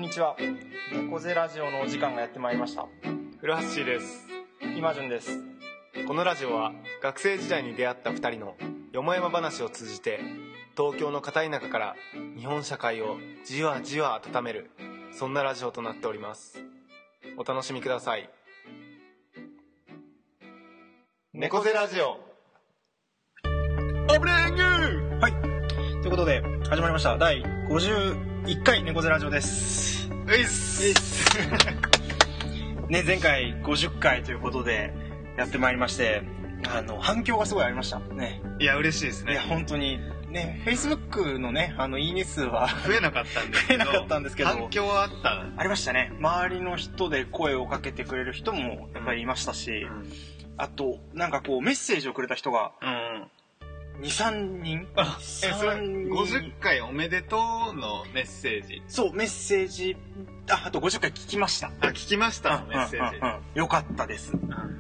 にちは。猫背ラジオのお時間がやってまいりました。 古橋シーです。 今順です。 このラジオは学生時代に出会った2人のよもやま話を通じて、東京の片田舎から日本社会をじわじわ温める、そんなラジオとなっております。お楽しみください。猫背ラジオ。 オープニング。はい。ということで始まりました第51回猫背ラジオです。 ういっすね、前回50回ということでやってまいりまして、反響がすごいありましたね。 いや嬉しいですね。 いや本当にね、Facebook のねいいね数は増えなかったんですけど反響はありましたね。周りの人で声をかけてくれる人もやっぱりいましたし、あとなんかこうメッセージをくれた人が、2、3人。 それ50回おめでとうのメッセージ。 そう、メッセージ。あと50回聞きました。 聞きましたのメッセージ。 よかったです。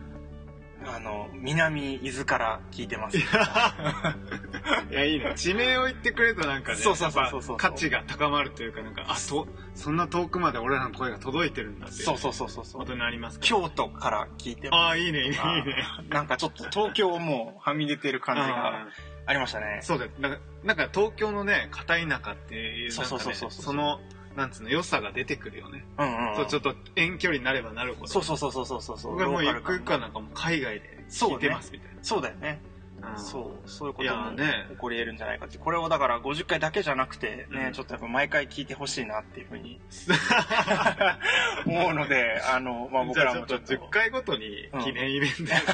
南伊豆から聞いてます。いや、いいね。地名を言ってくれるとなんかね、 そう価値が高まるというか、なんか、そんな遠くまで俺らの声が届いてるんだっていう。 そうことになりますか。 京都から聞いてます。 いいね。 なんかちょっと東京もはみ出てる感じがありましたね。 そうだよ。なんか東京のね、片田舎っていう、その、なんつうの、良さが出てくるよね。そう、ちょっと遠距離になればなるほど。 そう。 僕はもうゆくゆくはなんかもう海外で聞いてますみたいな。 そうだよね。そういうことも起こり得るんじゃないかって。これをだから50回だけじゃなくてね、ちょっとやっぱ毎回聞いてほしいなっていうふうに思うので、僕らもちょっと10回ごとに記念イベントやって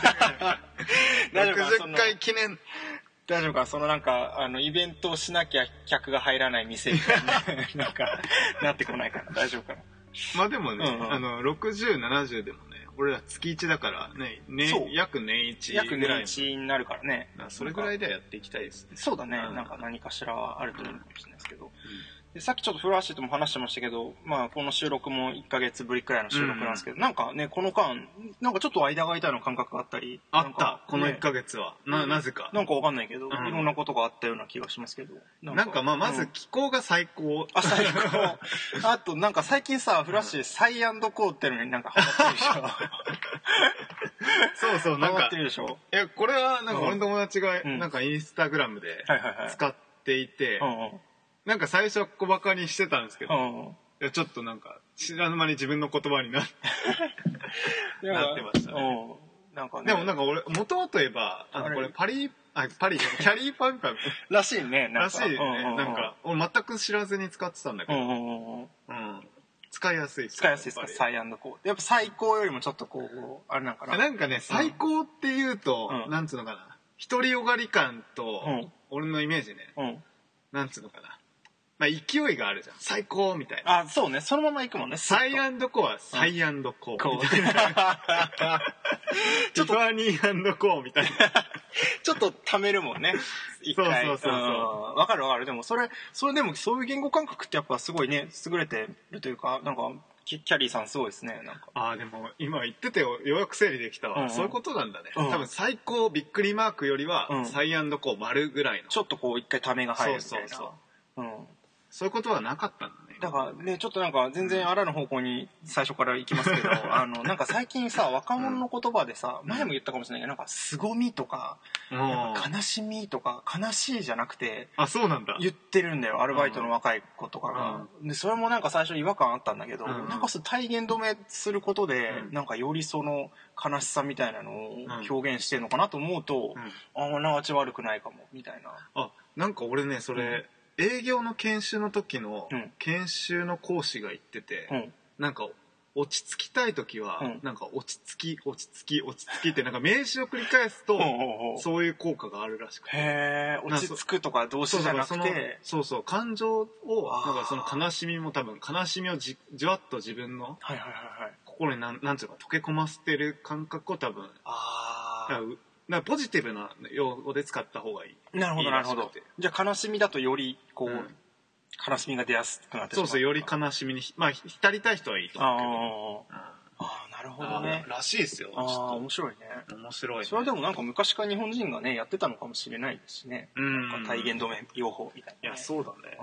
60回記念。 大丈夫か、そのなんかイベントをしなきゃ客が入らない店みたいななんかなってこないかな。大丈夫かな。 まあでもね、60、70でもね、俺ら月1だからね、約年1ぐらい。 約年1になるからね。 それぐらいではやっていきたいですね。 そうだね。なんか何かしらはあると思うかもしれないですけど。でさっきちょっと古橋とも話してましたけど、この収録も1ヶ月ぶりくらいの収録なんですけど、なんかね、この間、なんかちょっと間が空いたような感覚があったり。 あった、この1ヶ月は。なぜか。 なんかわかんないけど、いろんなことがあったような気がしますけど。 なんかまず気候が最高。 最高。あとなんか最近さ、フラッシュサイ&コーってのになんかハマってるでしょ。 そう、なんか。 ハマってるでしょ。 いや、これはなんか俺の友達がなんかインスタグラムで使っていて、なんか最初は小バカにしてたんですけど、いやちょっとなんか知らぬ間に自分の言葉になってましたね。 なんかね、 でもなんか俺元はといえばこれキャリーパンパンらしいね。 らしいね。なんか俺全く知らずに使ってたんだけど、使いやすいですかサイ&コー。やっぱ最高よりもちょっとこうあれなんかな。 なんかね、最高っていうとなんつうのかな、独りよがり感と俺のイメージね、なんつうのかな、勢いがあるじゃん。最高みたいな。 そうね。そのまま行くもんね。 サイ&コはサイ&コーみたいな。ちょっとティファニー&コーみたいな。 ちょっと貯めるもんね。一回。 そう。 わかる。でもそれでもそういう言語感覚ってやっぱすごいね、優れてるというか、なんかキャリーさんすごいですね。なんか。 でも今言っててようやく整理できたわ。そういうことなんだね。多分最高びっくりマークよりはサイ&コー丸ぐらいの。 ちょっとこう一回ためが入るみたいな。 そういうことはなかったんだね。 だからね、ちょっとなんか全然あらぬ方向に最初から行きますけど、なんか最近さ、若者の言葉でさ、前も言ったかもしれないけど、なんか凄みとか、悲しみとか、悲しいじゃなくて、 そうなんだ。 言ってるんだよ、アルバイトの若い子とかが。で、それもなんか最初違和感あったんだけど、なんか体現止めすることで、なんかよりその悲しさみたいなのを表現してるのかなと思うと、ながち悪くないかも、みたいな。 なんか俺ね、それ、営業の研修の時の研修の講師が言ってて、なんか落ち着きたい時はなんか落ち着きってなんか名詞を繰り返すとそういう効果があるらしくて、 落ち着くとか動詞じゃなくて、 そう感情をなんかその悲しみも多分悲しみをじわっと自分の心になんていうか溶け込ませてる感覚を多分ポジティブな用語で使った方がいい。 なるほど。じゃあ悲しみだとよりこう、悲しみが出やすくなってしまう。 そう、より悲しみに浸りたい人はいいと思うけど。 なるほどね。 らしいですよ。 面白いね。 面白いね。 それはでもなんか昔から日本人がねやってたのかもしれないですしね。なんか体現止め療法みたいな。 いやそうだね。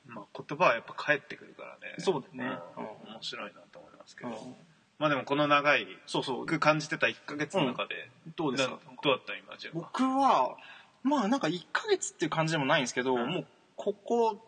まあ、言葉はやっぱ返ってくるからね。 そうだね、 面白いなと思いますけど、まあでもこの長い感じてた1ヶ月の中で、 どうですか？ どうだった今じゃあ。 僕はまあなんか1ヶ月っていう感じでもないんですけど、もうここ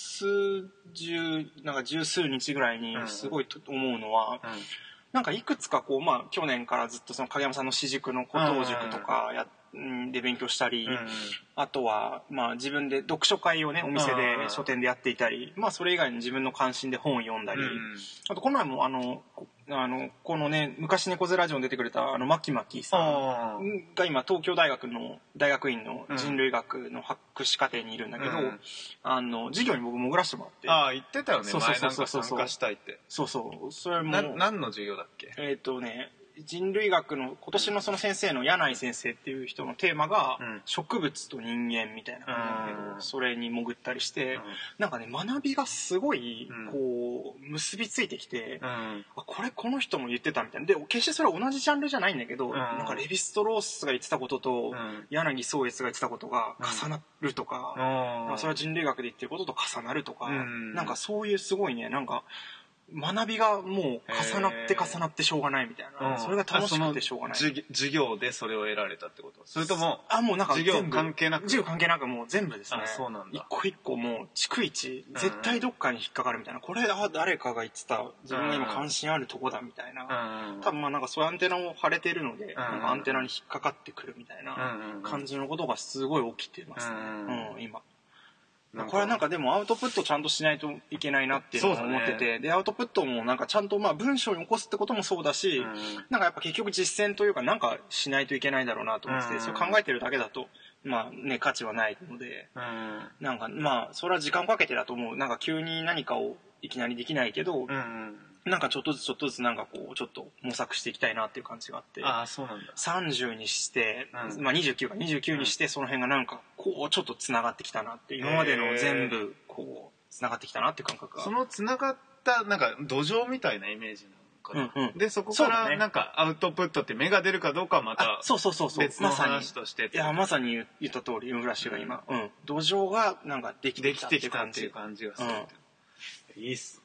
なんか十数日ぐらいにすごい思うのは、なんかいくつかこう、まあ去年からずっとその影山さんの私塾の古藤塾とかで勉強したり、あとはまあ自分で読書会をねお店で書店でやっていたり、まあそれ以外に自分の関心で本を読んだり、あとこの前もこのね昔猫背ラジオに出てくれたマキマキさんが今東京大学の大学院の人類学の博士課程にいるんだけど、授業に僕潜らせてもらって、 言ってたよね、前なんか参加したいって。 そうそれも何の授業だっけ？ 人類学の今年のその先生の柳井先生っていう人のテーマが植物と人間みたいな感じなんだけど、それに潜ったりして、なんかね学びがすごいこう結びついてきて、この人も言ってたみたいな。で決してそれは同じジャンルじゃないんだけど、なんかレヴィストロースが言ってたことと柳宗悦が言ってたことが重なるとか、それは人類学で言ってることと重なるとか、なんかそういうすごいねなんか学びがもう重なってしょうがないみたいな、それが楽しくてしょうがない。 授業でそれを得られたってこと？それとももうなんか授業関係なく？ 授業関係なくもう全部ですね。 そうなんだ。 一個一個もう逐一絶対どっかに引っかかるみたいな、これ誰かが言ってた自分が今関心あるとこだみたいな、多分まあなんかそういうアンテナを張れてるので、なんかアンテナに引っかかってくるみたいな感じのことがすごい起きてますね、今。これはなんかでもアウトプットちゃんとしないといけないなっていうのを思ってて、でアウトプットもなんかちゃんとまあ文章に起こすってこともそうだし、なんかやっぱ結局実践というかなんかしないといけないだろうなと思ってて、それ考えてるだけだとまあね価値はないので、なんかまあそれは時間をかけてだと思う。なんか急に何かをいきなりできないけど、なんかちょっとずつなんかこうちょっと模索していきたいなっていう感じがあって、 そうなんだ。 30にして、まあ29にしてその辺がなんかこうちょっとつながってきたなって、今までの全部こうつながってきたなっていう感覚が。 そのつながったなんか土壌みたいなイメージなのかな。でそこからなんかアウトプットって芽が出るかどうかはまた別の話として。 いやまさに言った通りフラッシュが今、土壌がなんかできてきたっていう感じがする。いいっす。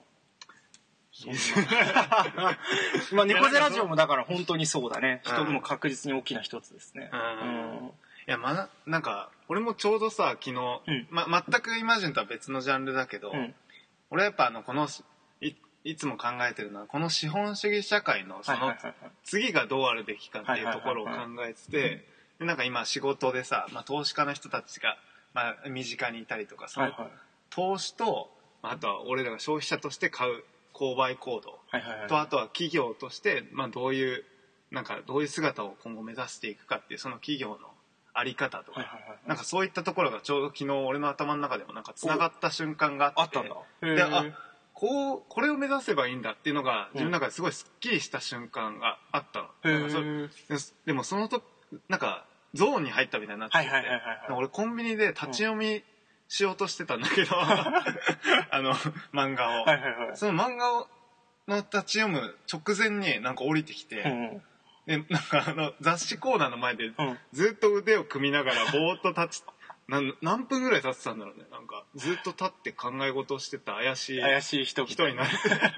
まあ猫背ラジオもだから本当にそうだね。人も確実に大きな一つですね。 いやなんか俺もちょうどさ昨日、全くイマジンとは別のジャンルだけど、俺やっぱこのいつも考えてるのはこの資本主義社会のその次がどうあるべきかっていうところを考えてて、なんか今仕事でさ、投資家の人たちが身近にいたりとか、その投資とあとは俺らが消費者として買う購買行動と、あとは企業としてどういう姿を今後目指していくかっていうその企業のあり方とか、なんかそういったところがちょうど昨日俺の頭の中でもなんかつながった瞬間があって、でこれを目指せばいいんだっていうのが自分の中ですごいスッキリした瞬間があったの。でもそのとなんかゾーンに入ったみたいになってて、俺コンビニで立ち読みしようとしてたんだけど漫画を、その漫画の立ち読む直前になんか降りてきて、でなんか雑誌コーナーの前でずっと腕を組みながらぼーっと何分ぐらい経ってたんだろうね。なんかずっと立って考え事をしてた怪しい人になって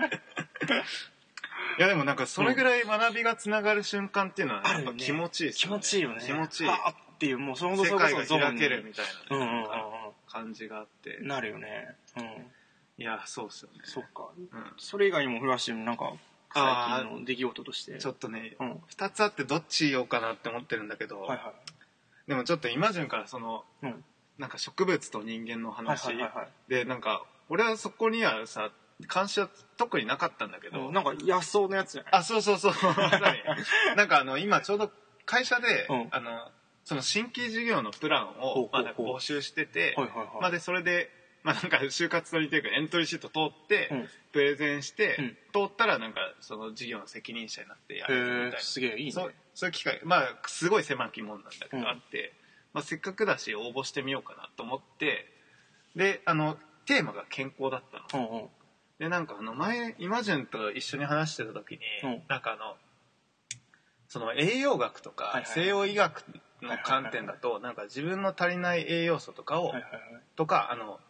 いやでもなんかそれぐらい学びがつながる瞬間っていうのはやっぱ気持ちいいですよね。 気持ちいいよね。 気持ちいいっていう、もうその世界が開けるみたいな感じがあってなるよね。 いやそうっすよね。 そっか。それ以外にもフラッシュのなんか最近の出来事としてちょっとね、2つあってどっち言おうかなって思ってるんだけど、でもちょっとイマジンからその、なんか植物と人間の話で、なんか俺はそこにはさ関心は特になかったんだけど、 なんか野草のやつじゃない？ そうなんか今ちょうど会社で、その新規事業のプランを募集してて、でそれでなんか就活取りというかエントリーシート通ってプレゼンして、通ったらなんかその事業の責任者になってやるみたいな、 すげえいいね。 そういう機会すごい狭きもんなんだけどあって、せっかくだし応募してみようかなと思って、でテーマが健康だったの。でなんか前イマジンと一緒に話してた時に、なんかその栄養学とか西洋医学の観点だとなんか自分の足りない栄養素とかをとか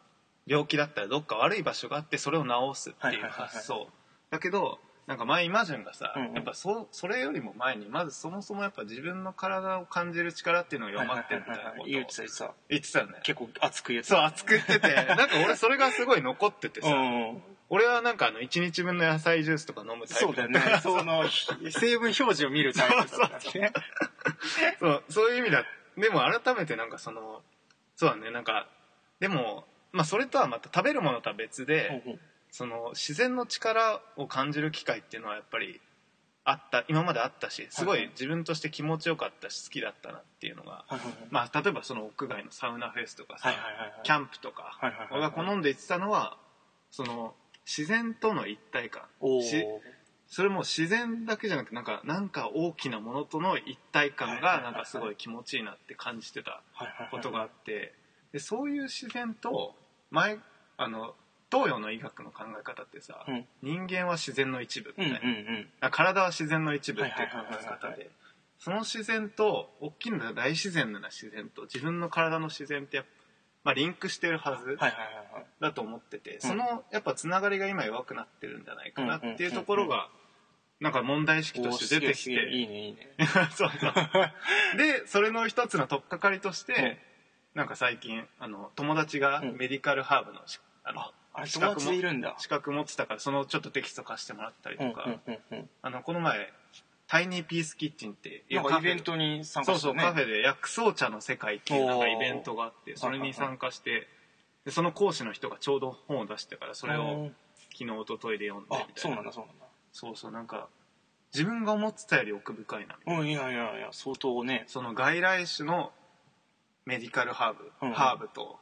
病気だったらどっか悪い場所があってそれを治すっていう発想だけど、なんか前イマジュンがさ、やっぱそれよりも前にまずそもそもやっぱ自分の体を感じる力っていうのが弱まってるみたいなことを言ってたよね。 結構熱く言ってた。そう熱く言っててなんか俺それがすごい残っててさ俺はなんか1日分の野菜ジュースとか飲むタイプだったからそうだよね成分表示を見るタイプだったねそういう意味だ。でも改めてなんかそうだね、なんかでもまあそれとはまた食べるものとは別で、その自然の力を感じる機会っていうのはやっぱり今まであったし、すごい自分として気持ちよかったし好きだったなっていうのが、まあ例えばその屋外のサウナフェスとかさ、キャンプとか俺が好んで行ってたのはその自然との一体感、それも自然だけじゃなくてなんか大きなものとの一体感がなんかすごい気持ちいいなって感じてたことがあって、でそういう自然と東洋の医学の考え方ってさ、人間は自然の一部みたいな、体は自然の一部っていう考え方で、その自然と大きな大自然な自然と自分の体の自然ってまあ、リンクしてるはずだと思ってて、そのやっぱつながりが今弱くなってるんじゃないかなっていうところがなんか問題意識として出てきて、 いいねそうでそれの一つの取っかかりとして、なんか最近友達がメディカルハーブの資格持ってたからそのちょっとテキスト貸してもらったりとか、この前タイニーピースキッチンっていうイベントに参加して、 そうカフェで薬草茶の世界っていうなんかイベントがあって、それに参加してでその講師の人がちょうど本を出してからそれを昨日一昨日で読んでみたいな。そうなんか自分が思ってたより奥深いな。 いや相当ね。 その外来種のメディカルハーブと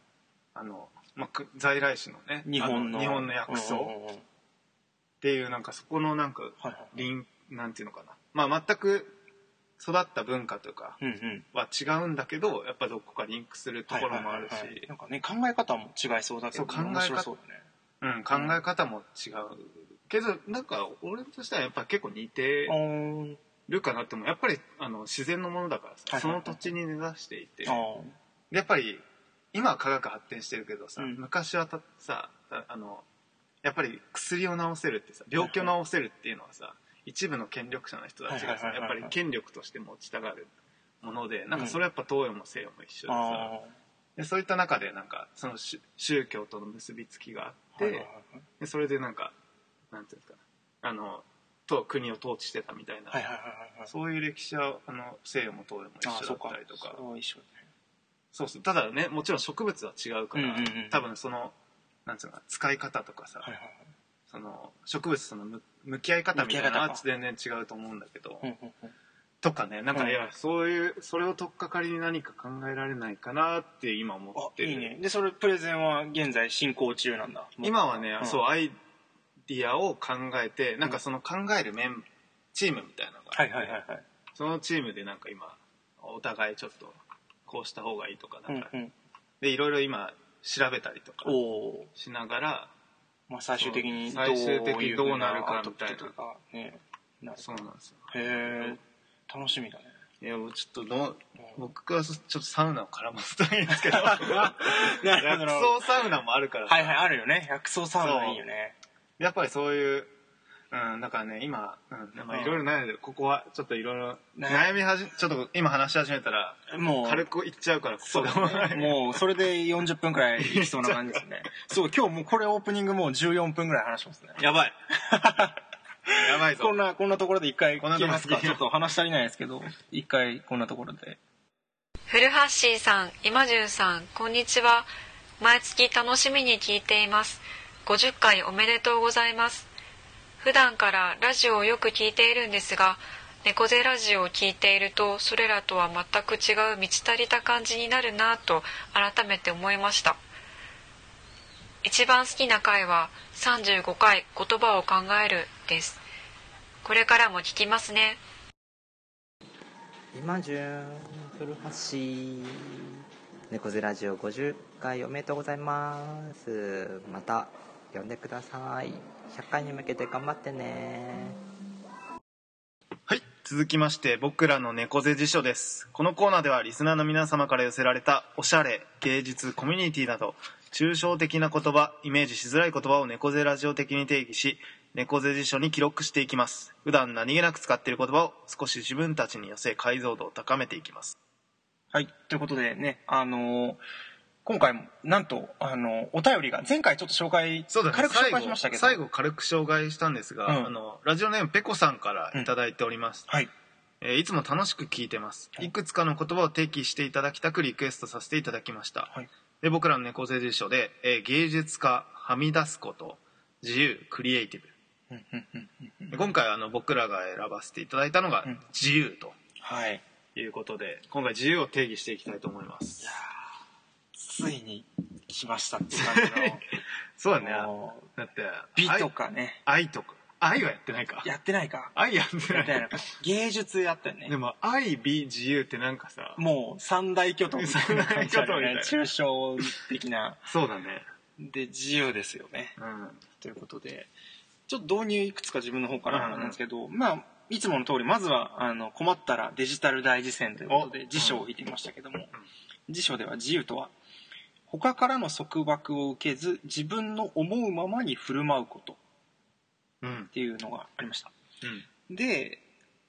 在来種のね日本の薬草っていうなんかそこのなんかなんていうのかな、まあ全く育った文化とかは違うんだけど、やっぱどこかリンクするところもあるし、 なんかね考え方も違いそうだけど、面白そうだね。 考え方も違うけどなんか俺としてはやっぱ結構似てるかなっても、やっぱり自然のものだからさ、その土地に根ざしていて、でやっぱり今は科学発展してるけどさ、昔はさやっぱり薬を治せるってさ、病気を治せるっていうのはさ、一部の権力者の人たちがさやっぱり権力として持ちたがるもので、なんかそれはやっぱ東洋も西洋も一緒でさ、でそういった中でなんかその宗教との結びつきがあって、でそれでなんかなんていうんですか、国を統治してたみたいな、そういう歴史は西洋も東洋も一緒だったりとか。そうただね、もちろん植物は違うから、多分そのなんていうのか使い方とかさ、その植物との向き合い方みたいなのは全然違うと思うんだけど、とかね、なんかいやそれを取っかかりに何か考えられないかなって今思ってる。 いいね。でそれプレゼンは現在進行中なんだ。 今はね、そうアイディアを考えて、なんかその考えるチームみたいなのが、そのチームでなんか今お互いちょっとこうした方がいいとかなんか、でいろいろ今調べたりとかしながら、 最終的にどうなるかみたいな。 そうなんですよ。 へえ、楽しみだね。 いやちょっと僕はちょっとサウナを絡ませたいんですけど薬草サウナもあるからさ。 あるよね、薬草サウナいいよね。 やっぱりそういうだからね今いろいろ悩んでる。ここはちょっといろいろちょっと今話し始めたらもう軽くいっちゃうから、ここでもうそれで40分くらいいきそうな感じですね。そう今日もうこれオープニングもう14分くらい話しますね。 やばいやばいぞ。 こんなところで一回聞きますか。ちょっと話足りないですけど一回こんなところで。 古橋さん、今順さん、こんにちは。毎月楽しみに聞いています。50回おめでとうございます。普段からラジオをよく聞いているんですが、猫背ラジオを聞いているとそれらとは全く違う満ち足りた感じになるなと改めて思いました。一番好きな回は35回言葉を考えるです。これからも聞きますね。 今順古橋猫背ラジオ50回おめでとうございます。また呼んでください。100回に向けて頑張ってね。 はい、続きまして僕らの猫背辞書です。このコーナーではリスナーの皆様から寄せられたおしゃれ、芸術、コミュニティなど抽象的な言葉、イメージしづらい言葉を猫背ラジオ的に定義し、猫背辞書に記録していきます。普段何気なく使っている言葉を少し自分たちに寄せ、解像度を高めていきます。 はい、ということでね、今回もなんとお便りが前回ちょっと紹介、軽く紹介しましたけど、 最後軽く紹介したんですが、ラジオネームペコさんからいただいております。 はい。 いつも楽しく聞いてます。いくつかの言葉を提起していただきたくリクエストさせていただきました。はい、で僕らの猫背辞書で、芸術家、はみ出すこと、自由、クリエイティブ。今回僕らが選ばせていただいたのが自由と、いうことで、今回自由を定義していきたいと思います。 いやついに来ましたって感じのそうだね。だって美とかね、 愛とか、愛はやってないか。 やってないか。 愛やってない。 芸術やったよね。 でも愛、美、自由ってなんかさ、 もう三大巨頭みたいな感じだよね。抽象的な。 そうだね。 で自由ですよね。ということで、ちょっと導入いくつか自分の方からなんですけど、まあいつもの通りまずは困ったらデジタル大辞典ということで辞書を引いてみましたけども、辞書では自由とは他からの束縛を受けず自分の思うままに振る舞うことっていうのがありました。で、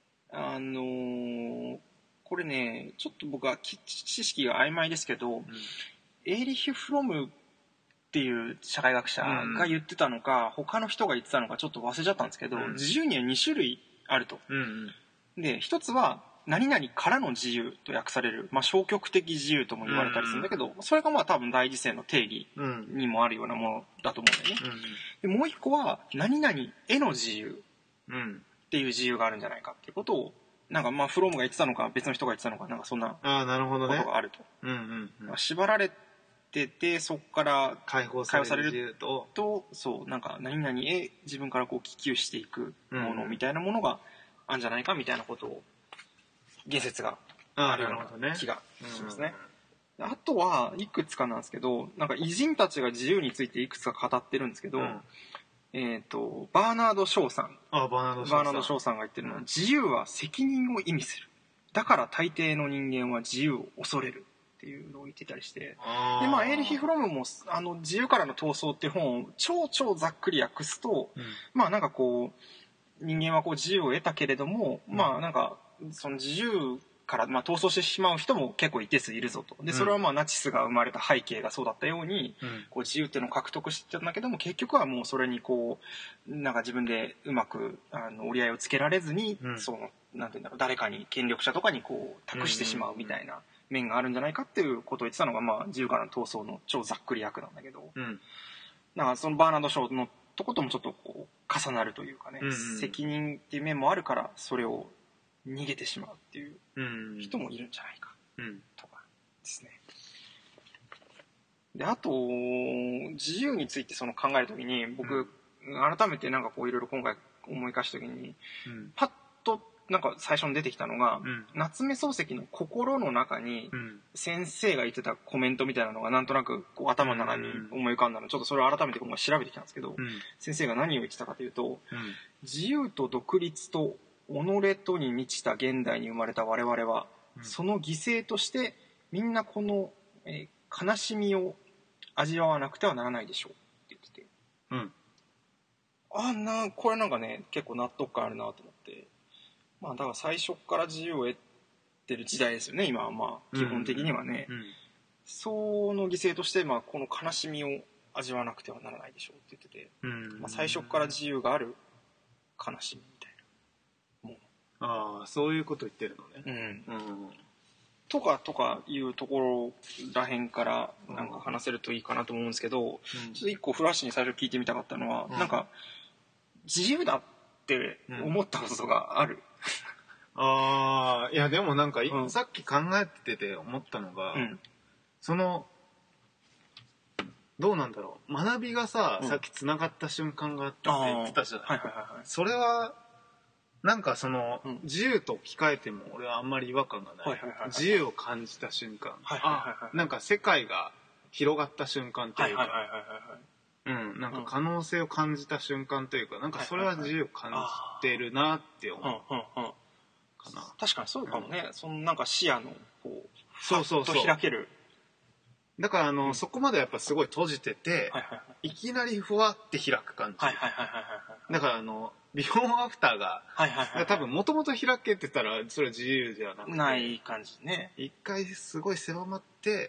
これねちょっと僕は知識が曖昧ですけど、エーリヒ・フロムっていう社会学者が言ってたのか、他の人が言ってたのかちょっと忘れちゃったんですけど、自由には2種類あると。で一つは何々からの自由と訳される、消極的自由とも言われたりするんだけど、それが多分大辞典の定義にもあるようなものだと思うんだよね。でもう一個は何々への自由っていう自由があるんじゃないかっていうことをフロムが言ってたのか別の人が言ってたのかそんなことがあると。縛られててそこから解放されるとそう何々へ自分から帰求していくものみたいなものがあるんじゃないかみたいなことを言説があるような気がしますね。あとはいくつかなんですけど、偉人たちが自由についていくつか語ってるんですけど、バーナード・ショーさんが言ってるのは、自由は責任を意味する。だから大抵の人間は自由を恐れるっていうのを言ってたりして、でエーリヒ・フロムも自由からの闘争っていう本を超ざっくり訳すと、人間は自由を得たけれども、その自由から逃走してしまう人も結構一定数いるぞと。でそれはナチスが生まれた背景がそうだったように、自由っていうのを獲得してたんだけども、結局はもうそれに自分でうまく折り合いをつけられずに、なんていうんだろう、誰かに権力者とかに託してしまうみたいな面があるんじゃないかっていうことを言ってたのが、自由からの闘争の超ざっくり訳なんだけど、そのバーナード・ショーのとこともちょっと重なるというかね、責任っていう面もあるからそれを逃げてしまうっていう人もいるんじゃないかとかですね。であと自由について考えるときに僕、改めていろいろ今回思い返したときに、パッと最初に出てきたのが、夏目漱石の心の中に先生が言ってたコメントみたいなのがなんとなく頭の中に思い浮かんだので、ちょっとそれを改めて今回調べてきたんですけど、先生が何を言ってたかというと、自由と独立と己とに満ちた現代に生まれた我々は、その犠牲としてみんなこの、悲しみを味わわなくてはならないでしょうって言ってて、これ結構納得感あるなと思って、だから最初から自由を得てる時代ですよね今は。基本的にはね、その犠牲としてこの悲しみを味わわなくてはならないでしょうって言ってて、最初から自由がある悲しみみたいな。 そういうこと言ってるのね。 とかいうところらへんから話せるといいかなと思うんですけど、ちょっと一個フラッシュに最初聞いてみたかったのは、自由だって思ったことがある。 いやでもさっき考えてて思ったのが、どうなんだろう、学びがさっきつながった瞬間があって言ってたじゃない。それは自由と聞かえても俺はあんまり違和感がない。自由を感じた瞬間、世界が広がった瞬間というか、可能性を感じた瞬間というか、それは自由を感じてるなって思うかな。 確かにそうかもね。視野のファッと開けるだからそこまでやっぱすごい閉じてて、いきなりふわって開く感じ。だからビフォーアフターが、多分もともと開けてたらそれは自由じゃなくてない感じね。 一回すごい狭まって、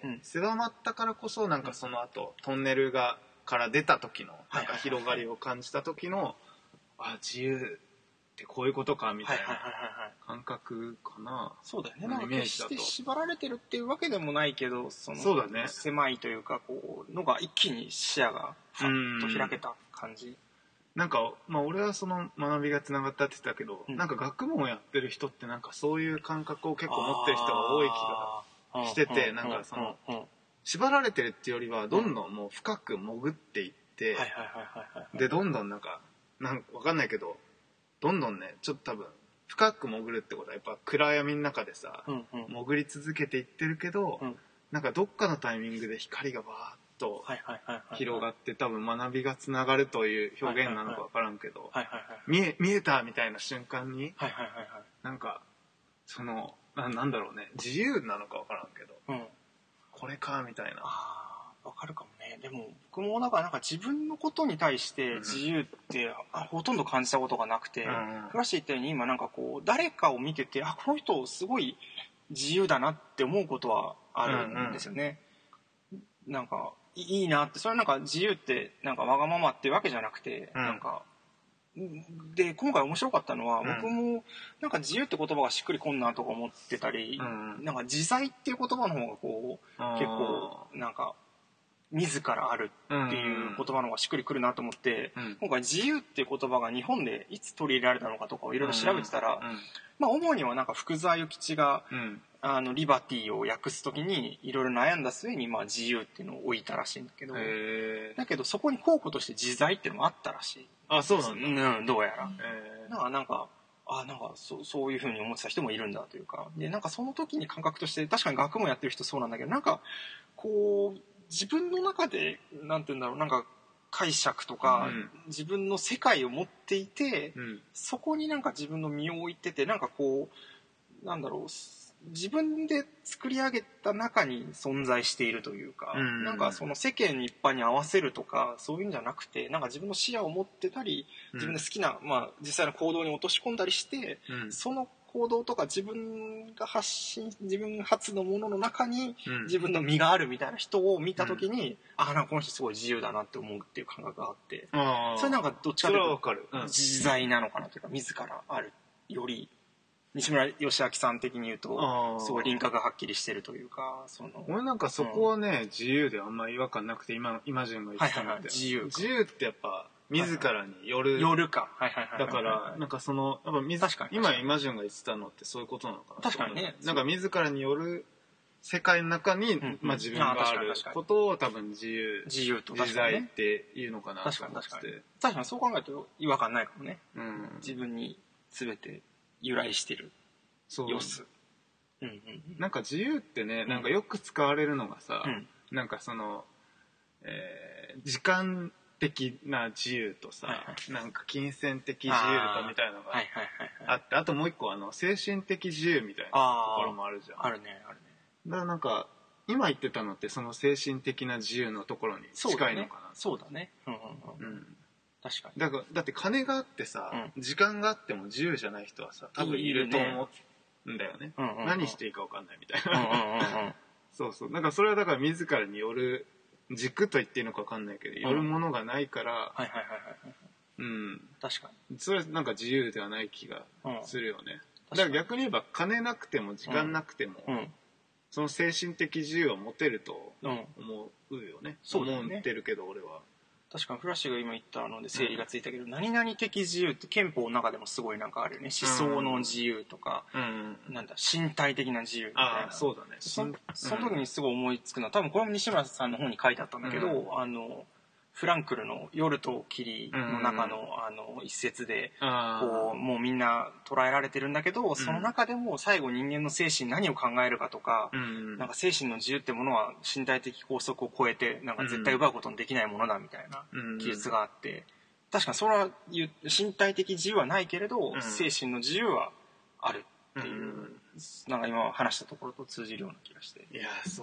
狭まったからこそなんかその後トンネルから出た時のなんか広がりを感じた時の、自由ってこういうことかみたいな感覚かな。 そうだよね。なんか決して縛られてるっていうわけでもないけど、 そうだね。 狭いというかこうのが一気に視野がファッと開けた感じ。 なんか俺はその学びがつながったって言ったけど、なんか学問をやってる人ってなんかそういう感覚を結構持ってる人が多い気がしてて、なんかその縛られてるっていうよりはどんどんもう深く潜っていって、でどんどんなんかわかんないけど、どんどんねちょっと多分深く潜るってことはやっぱ暗闇の中でさ、潜り続けていってるけど、なんかどっかのタイミングで光がバーッと広がって多分学びがつながるという表現なのか分からんけど、見えたみたいな瞬間になんかそのなんだろうね、自由なのか分からんけど、これかみたいな。 分かるかもね。でも僕もなんか自分のことに対して自由ってほとんど感じたことがなくて、フラッシュ言ったように今なんかこう誰かを見ててこの人すごい自由だなって思うことはあるんですよね。なんかいいなって、それはなんか自由ってなんかわがままっていうわけじゃなくて、なんかで今回面白かったのは、僕もなんか自由って言葉がしっくりこんなとか思ってたり、なんか自在っていう言葉の方がこう結構なんか自らあるっていう言葉の方がしっくりくるなと思って、今回自由っていう言葉が日本でいつ取り入れられたのかとかをいろいろ調べてたら、主にはなんか福沢諭吉がリバティを訳すときにいろいろ悩んだ末に自由っていうのを置いたらしいんだけど、だけどそこに候補として自在っていうのもあったらしい。 そうなんだ。 どうやら。なんかそういう風に思ってた人もいるんだというか、でなんかその時に感覚として確かに学問やってる人そうなんだけど、なんかこう自分の中でなんて言うんだろう、なんか解釈とか、自分の世界を持っていて、そこになんか自分の身を置いてて、なんかこうなんだろう、自分で作り上げた中に存在しているというか、なんかその世間一般に合わせるとかそういうんじゃなくて、なんか自分の視野を持ってたり、自分で好きな、実際の行動に落とし込んだりして、その行動とか自分発のものの中に自分の身があるみたいな人を見た時に、なんかこの人すごい自由だなって思うっていう感覚があって、それなんかどっちかというと自在なのかなというか、自らあるより西村義明さん的に言うとすごい輪郭がはっきりしてるというか、 俺なんかそこはね、自由であんまり違和感なくて、今順が言ってたのって、自由ってやっぱ自らによるか、 だからなんかそのやっぱ今順が言ってたのってそういうことなのかな。 確かにね。 なんか自らによる世界の中に自分があることを多分自由と自在っていうのかなと思って。 確かにそう考えると違和感ないかもね。自分に全て由来してる様子。 なんか自由ってね、なんかよく使われるのがさ、なんかその、時間的な自由とさ、なんか金銭的自由とみたいなのがあって、あともう一個精神的自由みたいなところもあるじゃん。 あるね。 だからなんか今言ってたのってその精神的な自由のところに近いのかな。 そうだね。確かに。 だって金があってさ、時間があっても自由じゃない人はさ、多分いると思うんだよね。何していいか分かんないみたいな。そう。なんかそれはだから自らによる軸と言っていいのか分かんないけど、よるものがないから、 確かに。それはなんか自由ではない気がするよね。だから逆に言えば金なくても時間なくても、その精神的自由を持てると思うよね。思ってるけど俺は。 確かにフラッシュが今言ったので整理がついたけど、何々的自由って憲法の中でもすごいなんかあるよね。思想の自由とか、なんだ身体的な自由みたいな。 そうだね。 その時にすごい思いつくのは、多分これも西村さんの本に書いてあったんだけど、フランクルの「夜と霧」の中の一節でこうもうみんな捉えられてるんだけど、その中でも最後人間の精神何を考えるかとか、なんか精神の自由ってものは身体的拘束を超えてなんか絶対奪うことのできないものだみたいな記述があって、確かにそれは身体的自由はないけれど精神の自由はあるっていう、なんか今話したところと通じるような気がして。 いや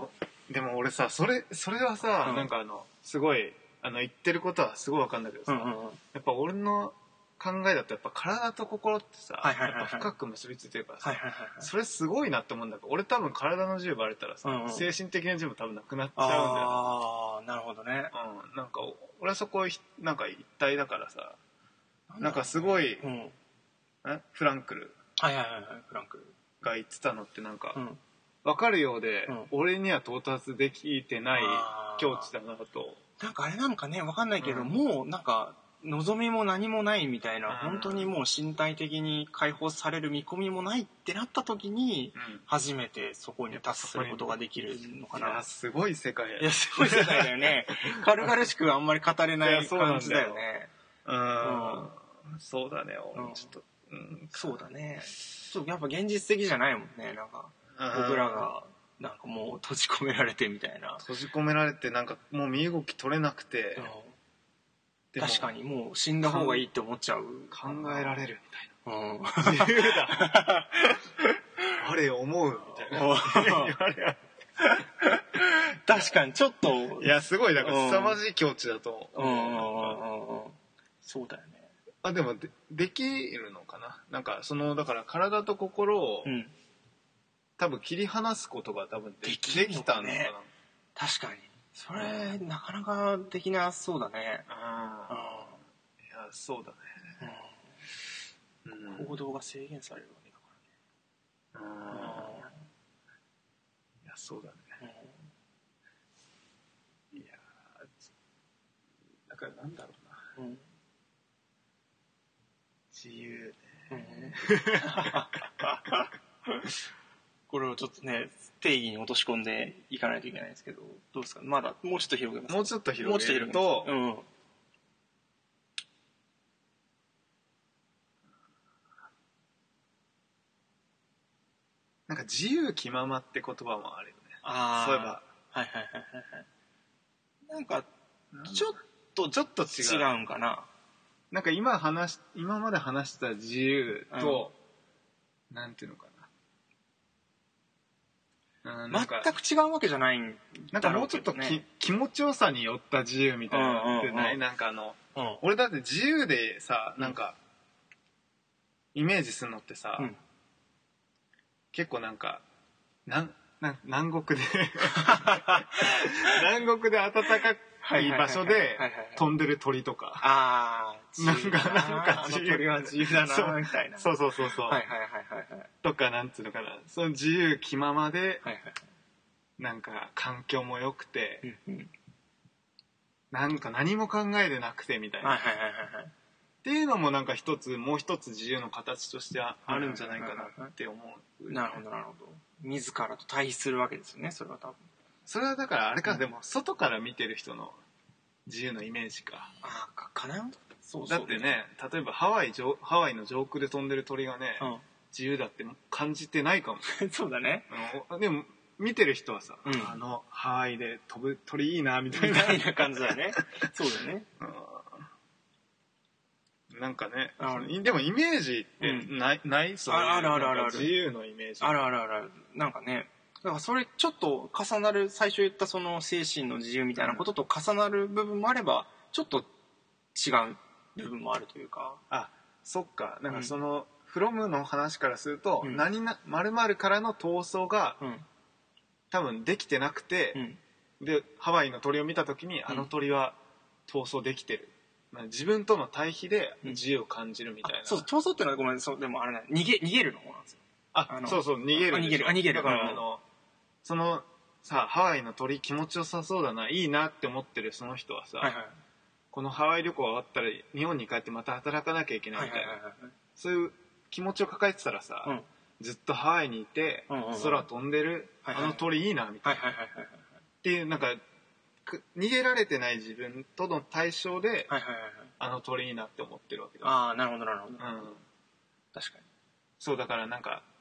でも俺さそれはさ、なんかすごい言ってることはすごい分かるんだけどさ、やっぱ俺の考えだとやっぱ体と心ってさ、やっぱ深く結びついてるからさ、それすごいなって思うんだけど、俺多分体の自由バレたらさ、精神的な自由も多分なくなっちゃうんだよね。 ああ、なるほどね。 なんか俺はそこなんか一体だからさ、なんかすごい、フランクルフランクルが言ってたのってなんか、分かるようで、俺には到達できてない境地だなと。 なんかあれなんかね、分かんないけど、もうなんか望みも何もないみたいな、本当にもう身体的に解放される見込みもないってなった時に、初めてそこに達することができるのかな。 いやすごい世界や。 いやすごい世界だよね。軽々しくあんまり語れない感じだよね。 そうだね。ちょっと、 そうだね。やっぱ現実的じゃないもんね。なんか僕らがなんかもう閉じ込められてみたいな。 閉じ込められてなんかもう身動き取れなくて。 確かにもう死んだ方がいいって思っちゃう。 考えられるみたいな。自由だ。あれ思うみたいな。 確かにちょっと。 いやすごいだから凄まじい境地だと。 そうだよね。 でもできるのかな。なんかだから体と心を、多分切り離すことが多分できたのかな。 確かに。それなかなかできなそうだね。いやそうだね。行動が制限されるわけだからね。 いやそうだね。いやだからなんだろうな。自由ね。 これをちょっとね定義に落とし込んでいかないといけないんですけど、どうですか。まだもうちょっと広げますか。 もうちょっと広げると、なんか自由気ままって言葉もあるよね。そういえば。 なんかちょっと違うんかな。 なんか今まで話した自由と、なんていうのかな。 全く違うわけじゃないんだろうけどね。 なんかもうちょっと気持ちよさによった自由みたいなのってない？なんか俺だって自由でさ、なんかイメージするのってさ、結構なんか南国で南国で暖かい場所で飛んでる鳥とか、なんか自由は自由だなみたいな。 そうとかなんつうのかな、その自由気ままでなんか環境も良くて、なんか何も考えてなくてみたいなっていうのもなんかもう一つ自由の形としてあるんじゃないかなって思う。 なるほど。自らと対比するわけですよね。それは多分。 それはだからあれか、でも外から見てる人の自由のイメージか。 かな。 だってね、例えばハワイの上空で飛んでる鳥がね、自由だって感じてないかも。 そうだね。 でも見てる人はさ、ハワイで飛ぶ鳥いいなみたいな感じだよね。そうだね。 なんかね、でもイメージってないそういうある自由のイメージ。 ある。なんかね、だからそれちょっと重なる、最初言ったその精神の自由みたいなことと重なる部分もあれば、ちょっと違う部分もあるというか。 そっか。なんかそのフロムの話からすると、〇〇からの闘争が多分できてなくて、でハワイの鳥を見た時に鳥は闘争できてる。自分との対比で自由を感じるみたいな。 そう闘争っていうのはごめん、でもあれね、逃げるの方なんですよ。 そう逃げる。だからそのさ、ハワイの鳥気持ちよさそうだな、いいなって思ってるその人はさ、このハワイ旅行終わったら日本に帰ってまた働かなきゃいけないみたいな、そういう気持ちを抱えてたらさ、ずっとハワイにいて空飛んでる鳥いいなみたいなっていう、なんか逃げられてない自分との対象で、鳥いいなって思ってるわけだ。 なるほど。確かに。 そうだからなんか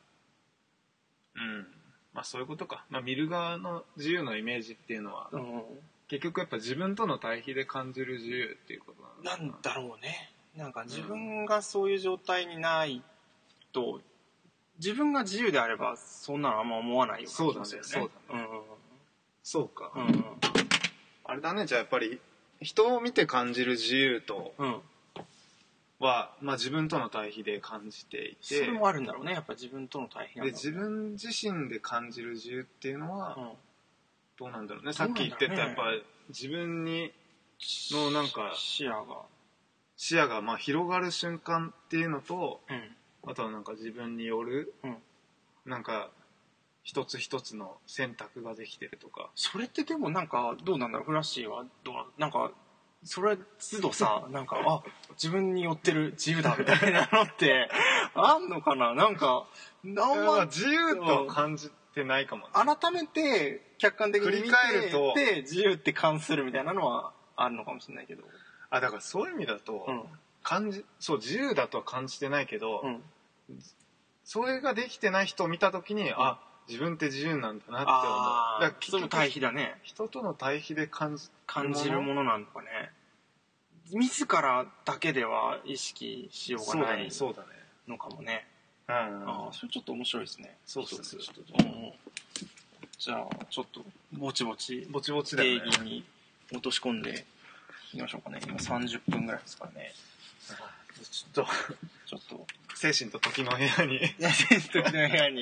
そういうことか。見る側の自由のイメージっていうのは、結局やっぱ自分との対比で感じる自由っていうことなんだろうね。なんか自分がそういう状態にないと、自分が自由であればそんなのあんま思わないような気がするよね。 そうか、 うん、 あれだね。じゃあやっぱり人を見て感じる自由とは、まあ、自分との対比で感じていて、 それもあるんだろうね、やっぱ自分との対比なんだろうね。 で自分自身で感じる自由っていうのは、どうなんだろうね。さっき言ってたやっぱ自分にのなんか視野がまあ広がる瞬間っていうのと、あとはなんか自分による、なんか一つ一つの選択ができてるとか。 それってでもなんかどうなんだろう、フラッシーはどうなんかそれ都度さなんか自分に寄ってる自由だみたいなのってあんのかな。なんかあんま自由と感じてないかも、ね、 改めて客観的に見て振り返ると自由って感するみたいなのはあるのかもしれないけど、 だからそういう意味だと、そう自由だとは感じてないけど、それができてない人を見た時に、自分って自由なんだなって思う。だからその対比だね。 人との対比で感じるものなのかね。自らだけでは意識しようがないのかもね。それちょっと面白いですね。 そうですね。 じゃあちょっとぼちぼちだ定義に落とし込んでいきましょうかね。今30分ぐらいですからね。ちょっと精神と時の部屋に精神と時の部屋に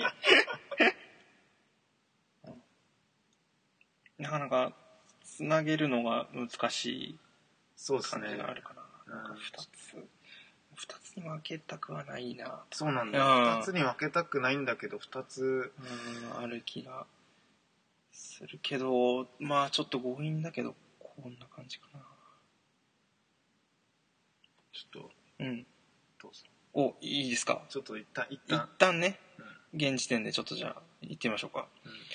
なかなかつなげるのが難しい感じがあるかな。なんか2つに分けたくはないな。 そうなんだよ。2つに分けたくないんだけど2つある気がするけど、まあちょっと強引だけどこんな感じかな。 ちょっとどうぞ。いいですか。 ちょっと一旦ね、現時点でちょっとじゃあ言ってみましょうか。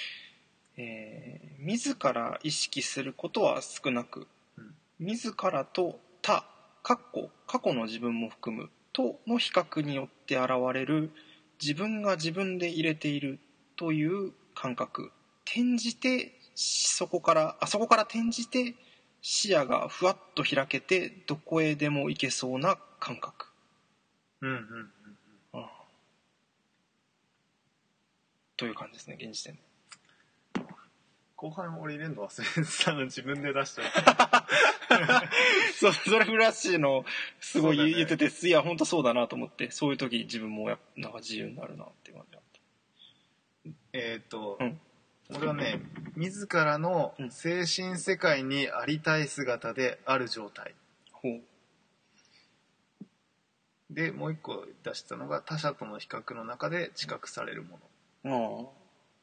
自ら意識することは少なく、自らと他過去の自分も含むとの比較によって現れる自分が自分で入れているという感覚、そこから転じて視野がふわっと開けてどこへでも行けそうな感覚。という感じですね、現時点で。 後半俺入れるの忘れてたの自分で出しちゃうそれフラッシーのすごい言ってて、いや本当そうだなと思って、そういう時自分もなんか自由になるなっていう感じだった。 俺はね、自らの精神世界にありたい姿である状態、でもう一個出したのが他者との比較の中で知覚されるもの。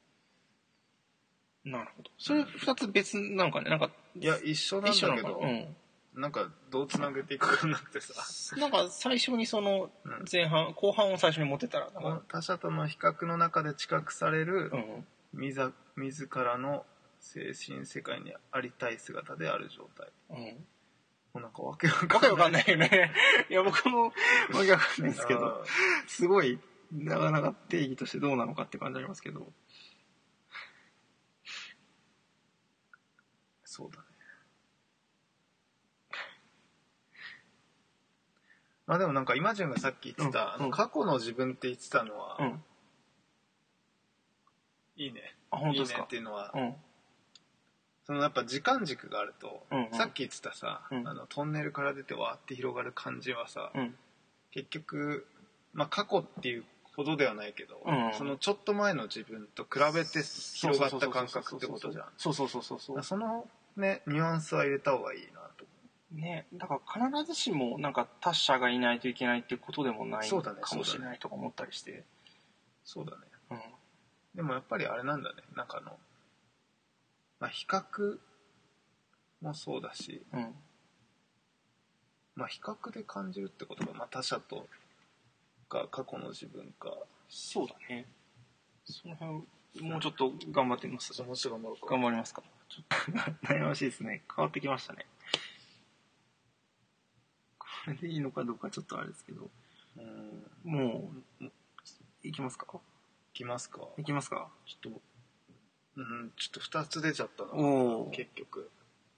なるほど。それ2つ別なのかね。なんかいや一緒なんだけど、なんかどうつなげていくかなってさ。 なんか最初にその後半を最初に持ってたら、 他者との比較の中で知覚される、自らの精神世界にありたい姿である状態。もうなんかわけわかんないよね。いや僕もわけわかんないですけど、すごいなかなか定義としてどうなのかって感じありますけど。 そうだね。まあでもなんかイマジュンがさっき言ってた、過去の自分って言ってたのは、いいね。 本当ですか。 いいねっていうのは、そのやっぱ時間軸があると、さっき言ってたさ、トンネルから出てわーって広がる感じはさ、結局、まあ過去っていうほどではないけど、そのちょっと前の自分と比べて広がった感覚ってことじゃん。 そう。 そのね、ニュアンスは入れた方がいいなと思う。ね、だから必ずしもなんか他者がいないといけないっていうことでもないかもしれないとか思ったりして。 そうだね。でもやっぱりあれなんだね。なんかまあ比較もそうだし、まあ比較で感じるってことが、まあ他者とか過去の自分か。 そうだね。その辺もうちょっと頑張ってみます。 もうちょっと頑張ろうか。 頑張りますか。ちょっと悩ましいですね。変わってきましたね。これでいいのかどうかちょっとあれですけど。もういきますか。 いきますか。 ちょっと 2つ出ちゃったな。結局。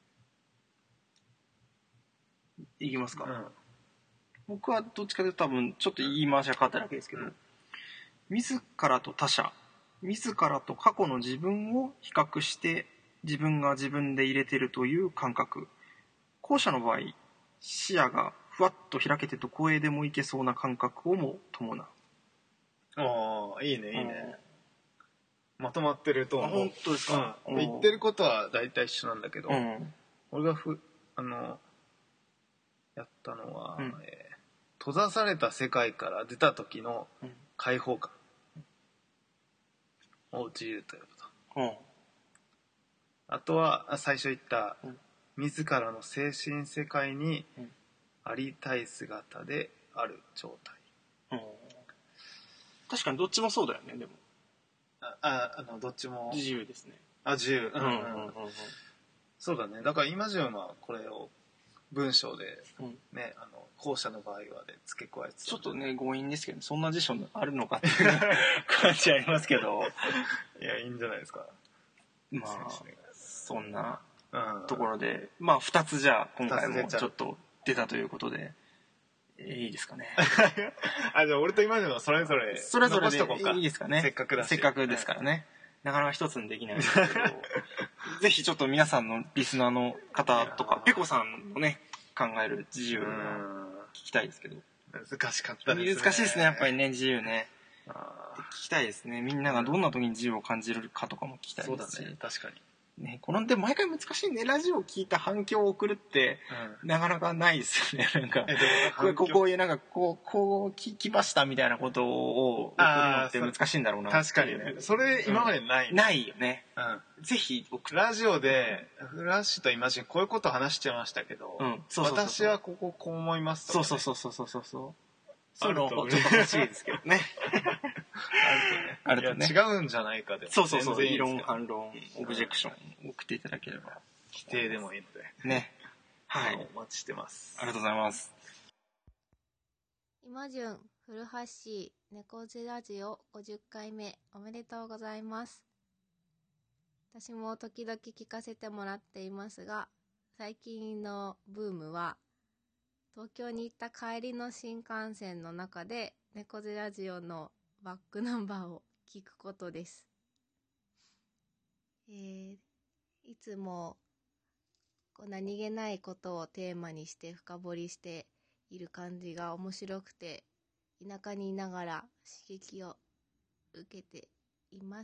いきますか。僕はどっちかというと多分ちょっと言い回しが変わっただけですけど、自らと他者、自らと過去の自分を比較して自分が自分で入れてるという感覚。後者の場合、視野がふわっと開けてどこへでも行けそうな感覚をも伴う。 ああ、いいねいいね。まとまってると思う。 本当ですか。 言ってることは大体一緒なんだけど、俺がやったのは、閉ざされた世界から出た時の解放感を自由と呼ぶと。あとは最初言った、自らの精神世界にありたい姿である状態。 確かにどっちもそうだよね。でもどっちも自由ですね。 自由。そうだね。だからイマジュンはこれを文章でね、後者の場合はで付け加えてちょっとね強引ですけど、そんな辞書あるのかっていう感じありますけどいやいいんじゃないですか。 まあそんなところで、まあ2つじゃあ今回もちょっと出たということでいいですかね。 じゃあ俺とイマジュンはそれぞれ残しとこうか。 いいですかね。 せっかくだし。 せっかくですからね。なかなか一つにできないんですけどぜひちょっと皆さんのリスナーの方とかペコさんのね考える自由を聞きたいですけど。 難しかったですね。 難しいですねやっぱりね、自由ね。聞きたいですね。みんながどんな時に自由を感じるかとかも聞きたいですし。 そうだね、確かにね、で毎回難しいね。ラジオを聞いた反響を送るって、なかなかないですよね。なんかこういうなんかこう聞きましたみたいなことを送るのって難しいんだろうな。 確かにね。それ今までない、 ないよね。ぜひラジオでフラッシュとイマジンこういうこと話しちゃいましたけど、私はこう思いますとか、ね。 そうそういうのをちょっと欲しいですけどね。 あるとね。違うんじゃないかでも。 そう。異論、反論、オブジェクション送っていただければ。 否定でもいいので。 ね。はい。 お待ちしてます。 ありがとうございます。 イマジュン、古橋、猫背ラジオ50回目おめでとうございます。私も時々聞かせてもらっていますが、最近のブームは、東京に行った帰りの新幹線の中で猫背ラジオのバックナンバーを聞くことです。いつも何気ないことをテーマにして深掘りしている感じが面白くて、田舎にいながら刺激を受けています。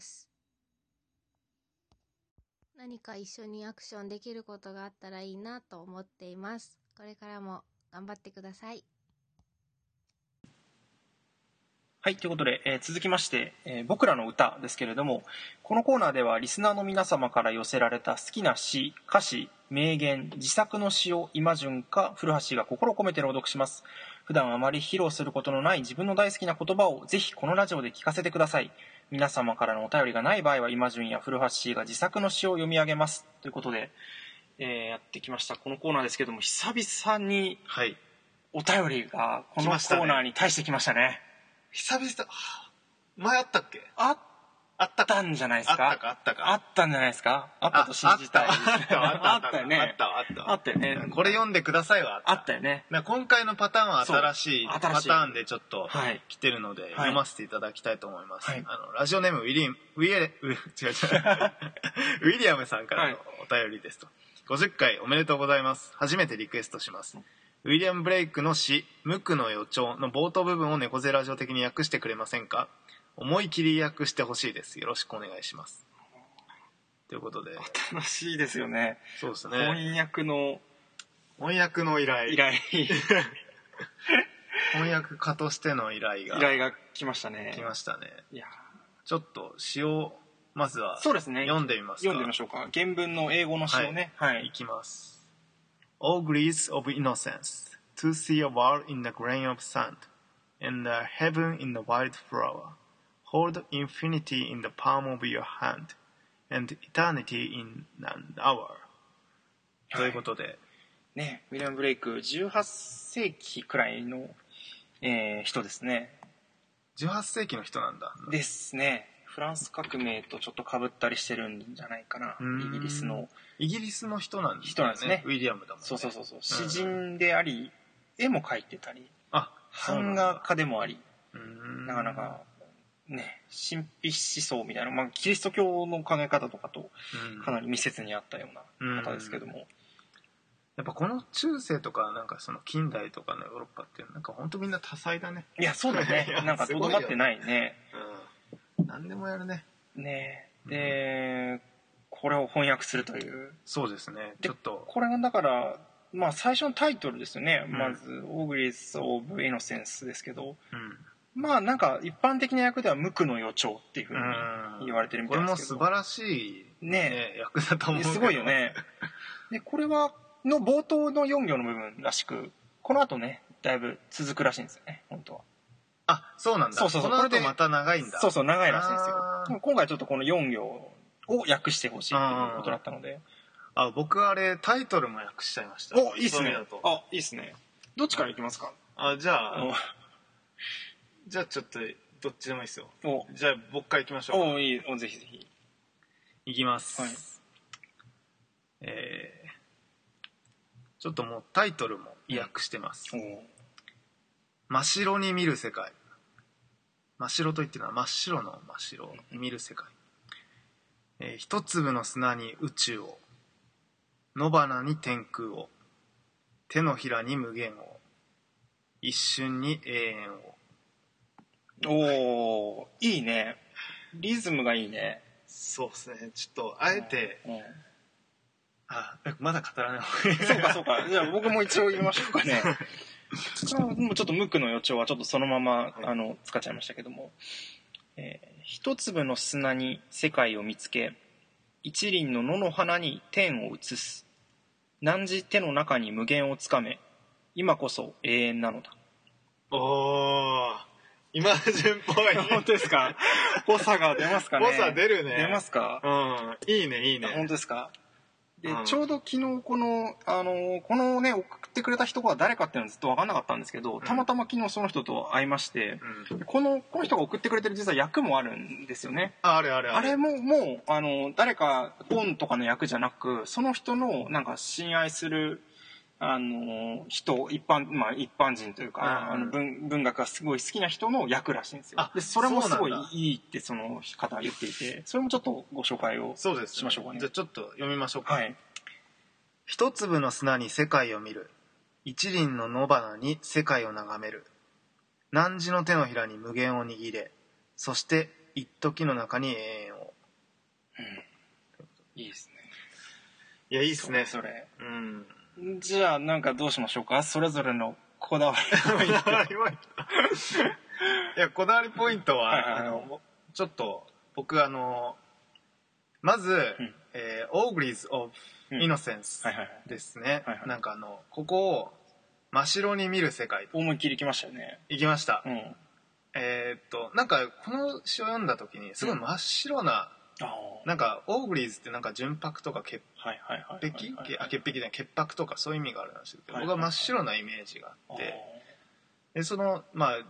何か一緒にアクションできることがあったらいいなと思っています。これからも頑張ってください。 はい、ということで、続きまして、僕らの歌ですけれども、このコーナーではリスナーの皆様から寄せられた好きな詩、歌詞、名言、自作の詩を今順か古橋が心を込めて朗読します。普段あまり披露することのない自分の大好きな言葉をぜひこのラジオで聞かせてください。皆様からのお便りがない場合は今順や古橋が自作の詩を読み上げます。ということで、やってきましたこのコーナーですけども、久々にお便りがこのコーナーに対してきましたね。 久々、前あったっけ？ あったんじゃないですか。 あったあったんじゃないですか。あったと信じたい。あったよね。あったよね。 これ読んでくださいはあったよね。 今回のパターンは新しいパターンでちょっと来てるので読ませていただきたいと思います。ラジオネームウィリアムさんからのお便りですと。50回おめでとうございます。初めてリクエストします。ウィリアム・ブレイクの詩「無垢の予兆」の冒頭部分を猫背ラジオ的に訳してくれませんか？思い切り訳してほしいです。よろしくお願いします。ということで、 楽しいですよね。 そうですね。 翻訳の依頼翻訳家としての依頼が来ましたね。 いや、ちょっと詩をまずはそうですね、 読んでみますか。 読んでみましょうか。原文の英語の詩をね。 いきます。All gleams of innocence, to see a world in the grain of sand, and a heaven in the wild flower. Hold infinity in the palm of your hand, and eternity in an hour. ということで、 ね、ウィリアム・ブレイク、18世紀くらいの、人ですね。 18世紀の人なんだ。 ですね。フランス革命とちょっと被ったりしてるんじゃないかな。イギリスの人なんですね。ウィリアムだもんね。 そう。詩人であり、絵も描いてたり、版画家でもあり、なかなかね、神秘思想みたいな、まあ、キリスト教の考え方とかとかなり密接にあったような方ですけども、 やっぱこの中世とかなんかその近代とかのヨーロッパってなんか本当みんな多彩だね。 いやそうだねなんかとどまってないね、 何でもやるね。 ねで、これを翻訳するという。 そうですね。ちょっとこれがだからまあ最初のタイトルですよね、まず「オーグリス・オブ・イノセンス」ですけど、まあなんか一般的な訳では無垢の予兆っていうふうに言われてるみたいですけど、 これも素晴らしいね訳だと思うけど、 すごいよね。でこれはの冒頭の4行の部分らしく、この後ねだいぶ続くらしいんですよね本当は。 あ、そうなんだ。 そうこの後また長いんだ。 そう長いらしいんですよ。今回ちょっとこの4行を訳してほしいっていうことだったので、 僕あれタイトルも訳しちゃいました。 いいっすね。いいっすね。どっちからいきますか？ じゃあちょっとどっちでもいいですよ。じゃあ僕からいきましょう。 いい、ぜひぜひいきます、はい。ちょっともうタイトルも訳してます。真っ白に見る世界。真っ白といってのは真っ白の真っ白に見る世界。一粒の砂に宇宙を、野花に天空を、手のひらに無限を、一瞬に永遠を。 いいね。リズムがいいね。 そうですね。ちょっとあえて、まだ語らない方がいい。そうか。じゃあ僕も一応言いましょうかね。もうちょっと無垢の予兆はちょっとそのまま、使っちゃいましたけども、一粒の砂に世界を見つけ、一輪の野の花に天を映す。汝手の中に無限をつかめ、今こそ永遠なのだ。 イマージュンっぽい。 本当ですか？ぽさが出ますかね？ ぽさ出るね。 出ますか？ いいね。 本当ですか？でちょうど昨日このね送ってくれた人が誰かっていうのはずっと分かんなかったんですけど、たまたま昨日その人と会いまして、この人が送ってくれてる実は役もあるんですよね。あれももう誰か本とかの役じゃなく、その人のなんか親愛する人、一般人というか、文学がすごい好きな人の役らしいんですよ。でそれもすごいいいってその方は言っていて、それもちょっとご紹介をしましょうかね。 じゃあちょっと読みましょうか。 はい。 一粒の砂に世界を見る、一輪の野花に世界を眺める、汝の手のひらに無限を握れ、そして一時の中に永遠を。 いいですね。 いや、いいですねそれ。じゃあなんかどうしましょうか、それぞれのこだわりポイント。 いや、こだわりポイントは、ちょっと僕まず、オーグリーズ・オブ・イノセンスですね。なんかここを真っ白に見る世界。 思いっきり行きましたよね。 行きました。なんかこの詩を読んだ時にすごい真っ白な、なんかオーグリーズってなんか純白とか潔癖じゃない、潔白とかそういう意味があるらしいけど、僕は真っ白なイメージがあって、でそのまあ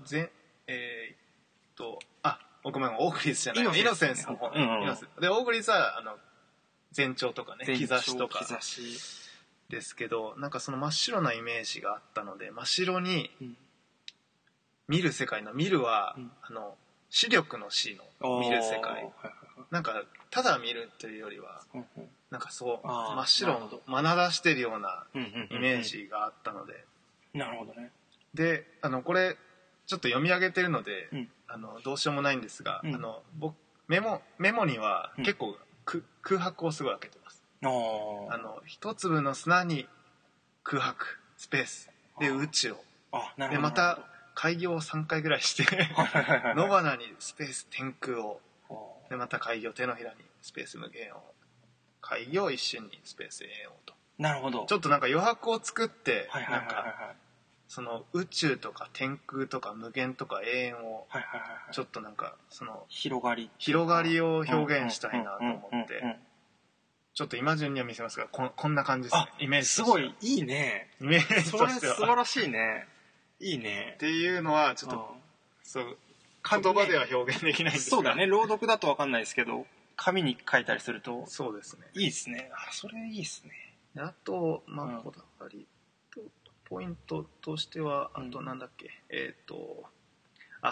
ごめん、オーグリーズじゃない、イノセンスの方ね。でオーグリーズは前兆とかね、兆しとかですけど、なんかその真っ白なイメージがあったので、真っ白に見る世界の見るは、視力の視の見る世界、なんかただ見るというよりは、なんかそう真っ白の眼出してるようなイメージがあったので。 なるほどね。 でこれちょっと読み上げてるので、どうしようもないんですが、僕メモには結構空白をすごい開けてます。一粒の砂に空白スペースで宇宙を、でまた開業を3回ぐらいして野花にスペース天空を、でまた開業手のひらにスペース無限を、開業一瞬にスペース永遠をと。 なるほど。 ちょっとなんか余白を作って、なんかその宇宙とか天空とか無限とか永遠をちょっとなんかその広がりを表現したいなと思って、ちょっと今順には見せますが、こんな感じですね。イメージすごいいいね。 イメージとしてはそれ素晴らしいね。いいね。 っていうのはちょっとそう言葉では表現できないんですが、 そうだね。朗読だと分かんないですけど、紙に書いたりするとそうですね。 いいですね。それいいですね。 あとこだわりポイントとしては、あとなんだっけ、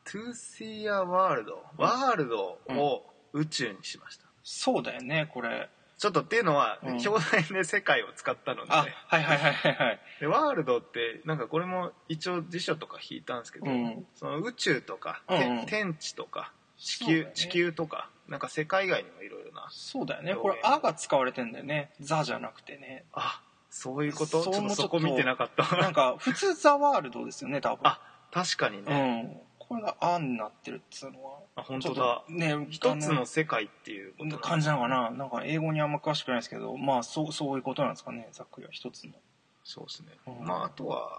To see a world ワールドを宇宙にしました、 そうだよねこれちょっとっていうのは、表題で世界を使ったので、 はいはいはいはいでワールドってなんかこれも一応辞書とか引いたんですけど、その宇宙とか、天地とか地球とかなんか世界以外にもいろいろな、 そうだよねこれ「あ」が使われてんだよね「ザ」じゃなくてね。 そういうこと。ちょっとそこ見てなかったなんか普通ザワールドですよね多分。 確かにね、 これが「あ」になってるっていうのは本当だね、一つの世界っていう感じなのかな。なんか英語にあんま詳しくないですけど、まあそういうことなんですかね、ざっくりは一つの。 そうですね、あとは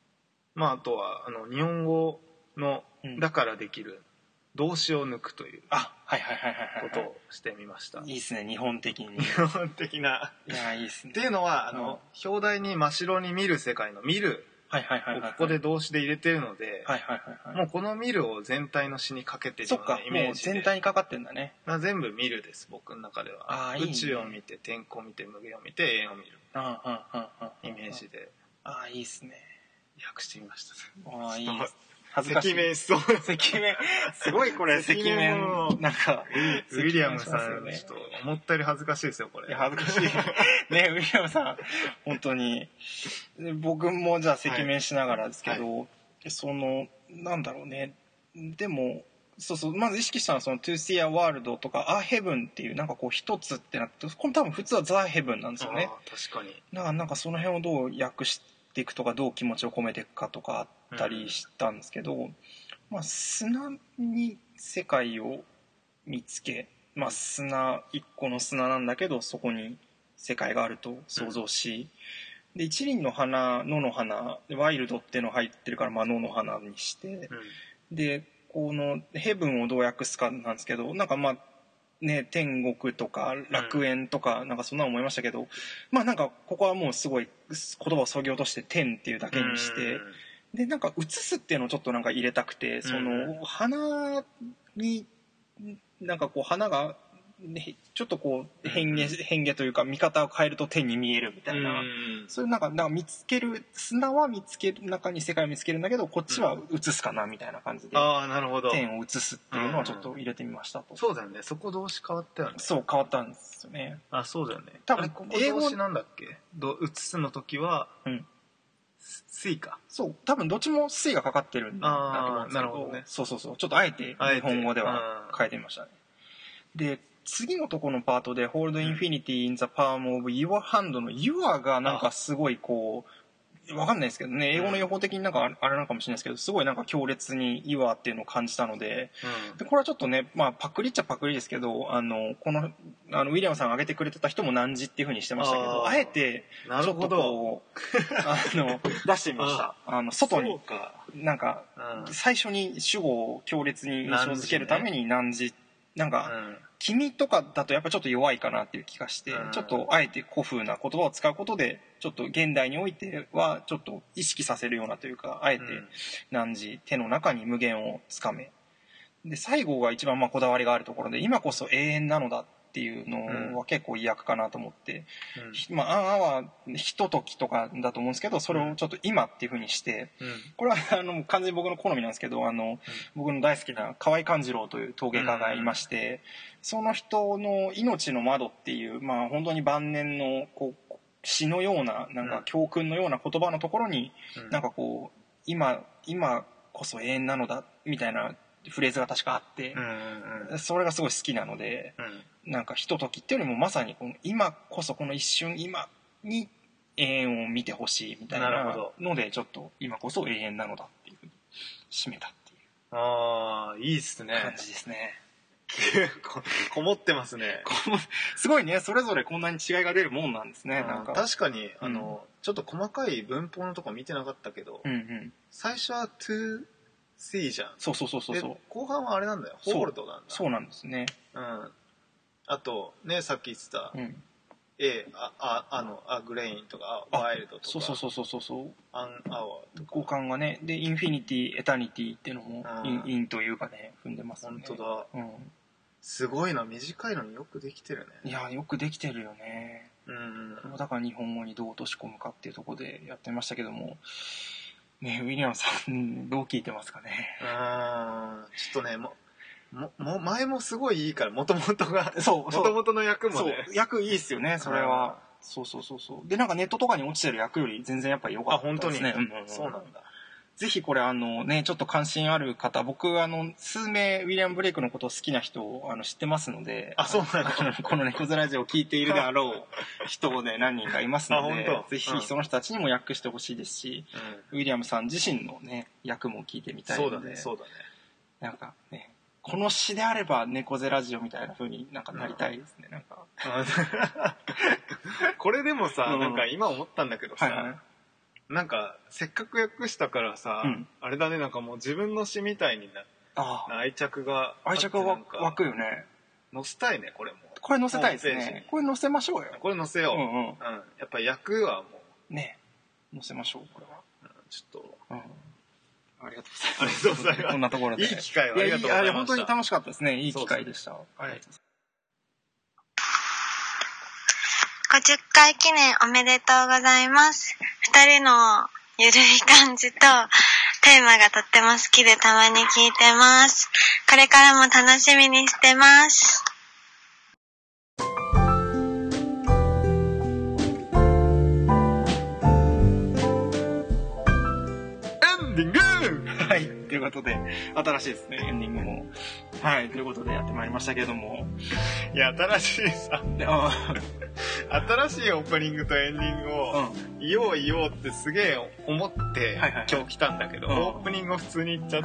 日本語のだからできる動詞を抜くということをしてみました。 いいですね、日本的に。 日本的な。 いやいいですね。 っていうのは表題に真白に見る世界の見るここで動詞で入れてるので、もうこの見るを全体の詩にかけてるようなイメージで、 もう全体にかかってんだね。 全部見るです、僕の中では。宇宙を見て、天候を見て、無限を見て、永遠を見るイメージでいいっすね。 訳してみました。 いいです。恥ずかしい。 赤面しそう。 赤面すごいこれ赤面なんかウィリアムさんちょっと思ったより恥ずかしいですよこれ。 恥ずかしいね。ウィリアムさん本当に僕もじゃあ赤面しながらですけど、そのなんだろうね、でもそうまず意識したのはその To see a world とか A heaven っていうなんかこう一つってなって、これ多分普通は The heaven なんですよね。 確かに。 だからなんかその辺をどう訳していくとかどう気持ちを込めていくかとかあったりしたんですけど、砂に世界を見つけ、砂一個の砂なんだけどそこに世界があると想像し、で一輪の花野の花ワイルドっていうの入ってるから野の花にして、でこのヘブンをどう訳すかなんですけど、なんか天国とか楽園とかなんかそんなの思いましたけど、なんかここはもうすごい言葉をそぎ落として天っていうだけにして、でなんか映すっていうのをちょっとなんか入れたくて、その花になんかこう花がちょっとこう変化というか見方を変えると天に見えるみたいな、そういうなんか見つける、砂は見つける中に世界を見つけるんだけどこっちは映すかなみたいな感じで、 なるほど、 天を映すっていうのはちょっと入れてみましたと。 そうだよね、そこ動詞変わったよね。 そう変わったんですよね。 そうだよね。 多分英語動詞なんだっけ、映すの時は水か。 そう多分どっちも水がかかってるんだと思うんですけど、 なるほどね。 そうちょっとあえて日本語では変えてみましたね。で次のところのパートで Hold Infinity in the Palm of Your Hand の Your がなんかすごいこうわかんないですけどね、英語の予報的になんかあれなのかもしれないですけど、すごいなんか強烈に Your っていうのを感じたので、でこれはちょっとねパクリっちゃパクリですけど、このウィリアムさんが挙げてくれてた人も難字っていう風にしてましたけど、あえてちょっとこう出してみました。外になんか最初に主語を強烈に印象づけるために難字なんか、君とかだとやっぱちょっと弱いかなっていう気がして、ちょっとあえて古風な言葉を使うことでちょっと現代においてはちょっと意識させるようなというか、あえて汝手の中に無限をつかめ、で最後が一番こだわりがあるところで今こそ永遠なのだっていうのは結構意訳かなと思って、あはひとときとかだと思うんですけど、それをちょっと今っていう風にして、これは完全に僕の好みなんですけど、僕の大好きな河合勘次郎という陶芸家がいまして、その人の命の窓っていう本当に晩年のこう詩のようななんか教訓のような言葉のところに、なんかこう今こそ永遠なのだみたいなフレーズが確かあって、それがすごい好きなので、なんかひとときっていうよりもまさにこの今こそこの一瞬今に永遠を見てほしいみたいなので、ちょっと今こそ永遠なのだっていうふうに締めたっていういいっすね、 感じですね。 こもってますね。 すごいね、それぞれこんなに違いが出るもんなんですね。なんか確かにちょっと細かい文法のとこ見てなかったけど、最初は to see じゃん。そう後半はあれなんだよ、ホールドなんだ。 そうなんですね。 あとね、さっき言ってたアグレインとかワイルドとか、 そうアンアワーとか交換がね、でインフィニティエタニティっていうのもインというかね踏んでますね。 本当だ、すごいな、短いのによくできてるね。 いやよくできてるよね。だから日本語にどう落とし込むかっていうところでやってましたけども、 ね、ウィリアムさんどう聞いてますかね。 ちょっとね前もすごいいいから元々の役もね、 そう役いいっすよねそれは。そうでなんかネットとかに落ちてる役より全然やっぱり良かったですね。 あ本当に、そうなんだ。 ぜひこれねちょっと関心ある方、僕数名ウィリアム・ブレイクのことを好きな人を知ってますので、 そうなんだ。 この猫背ラジオを聞いているであろう人をね何人かいますのでぜひその人たちにも役してほしいですし、ウィリアムさん自身のね役も聞いてみたいので、 そうだねなんかねこの詩であれば猫背ラジオみたいな風になんかなりたいですね、なんかこれでもさ、なんか今思ったんだけどさ、なんかせっかく訳したからさ、あれだね、なんかもう自分の詩みたいに愛着が湧くよね。 載せたいね、これも。 これ載せたいですね。これ載せましょうよ。 これ載せよう。やっぱ訳はもうね載せましょう、これは。 ちょっとありがとうございます。こんなところで。 いい機会をありがとうございました。 本当に楽しかったですね。いい機会でした。ありがとうございます。 50回記念おめでとうございます。2人のゆるい感じとテーマがとっても好きでたまに聞いてます。これからも楽しみにしてます。 はい、ということで新しいですね、エンディングも。はい、ということでやってまいりましたけれども、 いや新しいさ新しいオープニングとエンディングを言おうってすげえ思って今日来たんだけど、オープニングを普通に言っちゃって、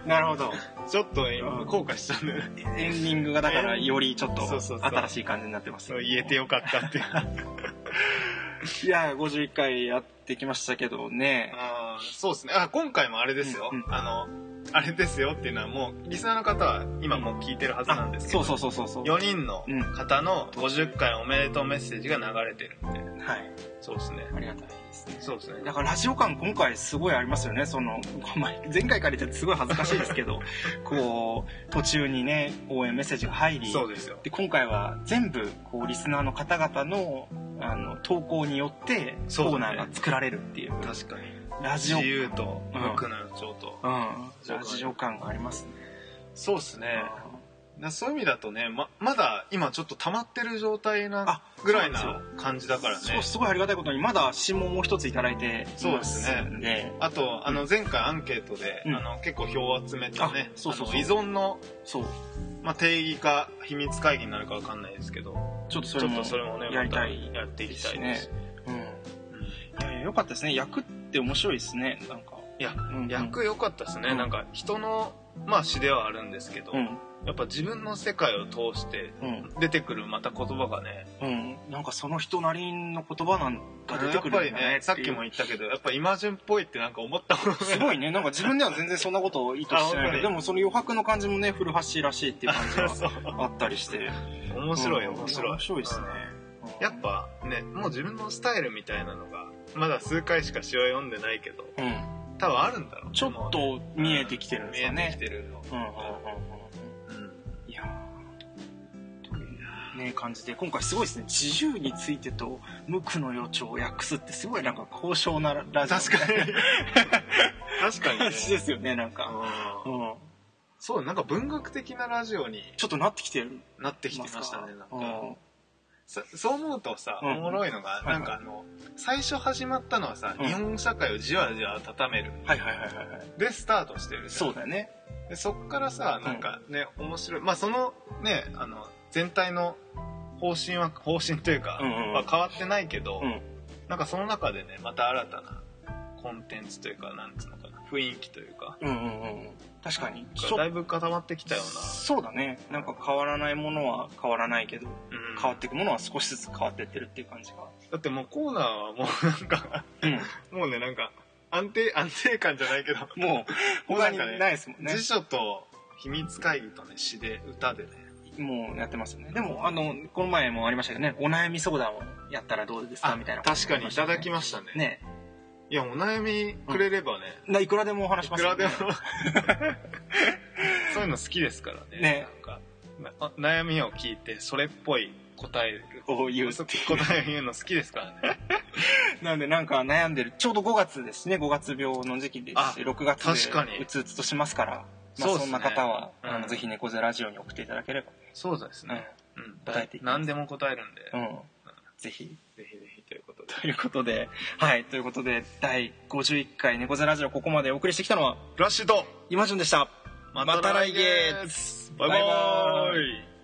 なるほど、 ちょっと今後悔しちゃうんだよね。 エンディングがだからよりちょっと新しい感じになってます。 言えてよかったっていや51回やってきましたけどね。 そうですね。今回もあれですよ、あれですよっていうのはもうリスナーの方は今もう聞いてるはずなんですけど、 そう 4人の方の50回おめでとうメッセージが流れてるんで、 はい、 そうですね、 ありがたいですね。 そうですね。 だからラジオ感今回すごいありますよね。前回から言ってすごい恥ずかしいですけどこう途中にね応援メッセージが入り、 そうですよ。で今回は全部こうリスナーの方々の投稿によってコーナーが作られるっていう、 確かにラジオ自由と僕の予兆と、 ラジオ感がありますね。 そうですね。そういう意味だとね、まだ今ちょっと溜まってる状態なぐらいな感じだからね。 そう、すごいありがたいことにまだ質問も一ついただいています。 そうですね。あと前回アンケートで、結構票を集めてね、依存の定義か秘密会議になるかわかんないですけど、ちょっとそれもねやっていきたいです。 いや良かったですね。役って面白いですね。なんか役良かったですね。なんか人の詩ではあるんですけど、やっぱ自分の世界を通して出てくるまた言葉がね、 なんかその人なりの言葉なんか出てくるんだね。 やっぱりね、さっきも言ったけど、やっぱ今順っぽいってなんか思ったもんね。 すごいね。なんか自分では全然そんなことを意図してないけど、でもその余白の感じもね、古橋らしいっていう感じがあったりして、 面白い面白いですね。 やっぱね、もう自分のスタイルみたいなのがまだ数回しか詩を読んでないけど、多分あるんだろう。 ちょっと見えてきてるんですかね。 見えてきてるの。 いやー、というね感じで、今回すごいですね。自由についてと無垢の予兆を訳すってすごいなんか高尚なラジオ。 確かに感じですよね、なんか。 そう、なんか文学的なラジオにちょっとなってきてましたね。なんかそう思うとさ、おもろいのが、なんか最初始まったのはさ、日本社会をじわじわ温める。で、スタートしてるじゃん。 そうだよね。 で、そっからさ、なんかね、面白い。そのね、全体の方針というか、変わってないけど、なんかその中でね、また新たなコンテンツというか、なんつうのかな、雰囲気というか。 確かにだいぶ固まってきたような。 そうだね。なんか変わらないものは変わらないけど、変わっていくものは少しずつ変わっていってるっていう感じが。 だってもうコーナーはもうなんかもうね、なんか安定感じゃないけど、 もう他にないですもんね。 辞書と秘密会議とね、詩で歌でね、 もうやってますよね。でもこの前もありましたけどね、お悩み相談をやったらどうですかみたいな。 確かにいただきましたね。いや、お悩みくれればね、 いくらでもお話しますよね。 いくらでもそういうの好きですからね。なんか悩みを聞いてそれっぽい答えを言うの好きですからね。 なのでなんか悩んでる、ちょうど5月ですね、5月病の時期ですし、6月でうつうつとしますから、まあ、そんな方は、ぜひ猫背ラジオに送っていただければ。 そうですね。 答えていきます。 何でも答えるんで。 ぜひ。 ぜひぜひということで。 ということで、第51回猫背ラジオ、ここまでお送りしてきたのは、 ラッシーと今順でした。また来月。 バイバーイ。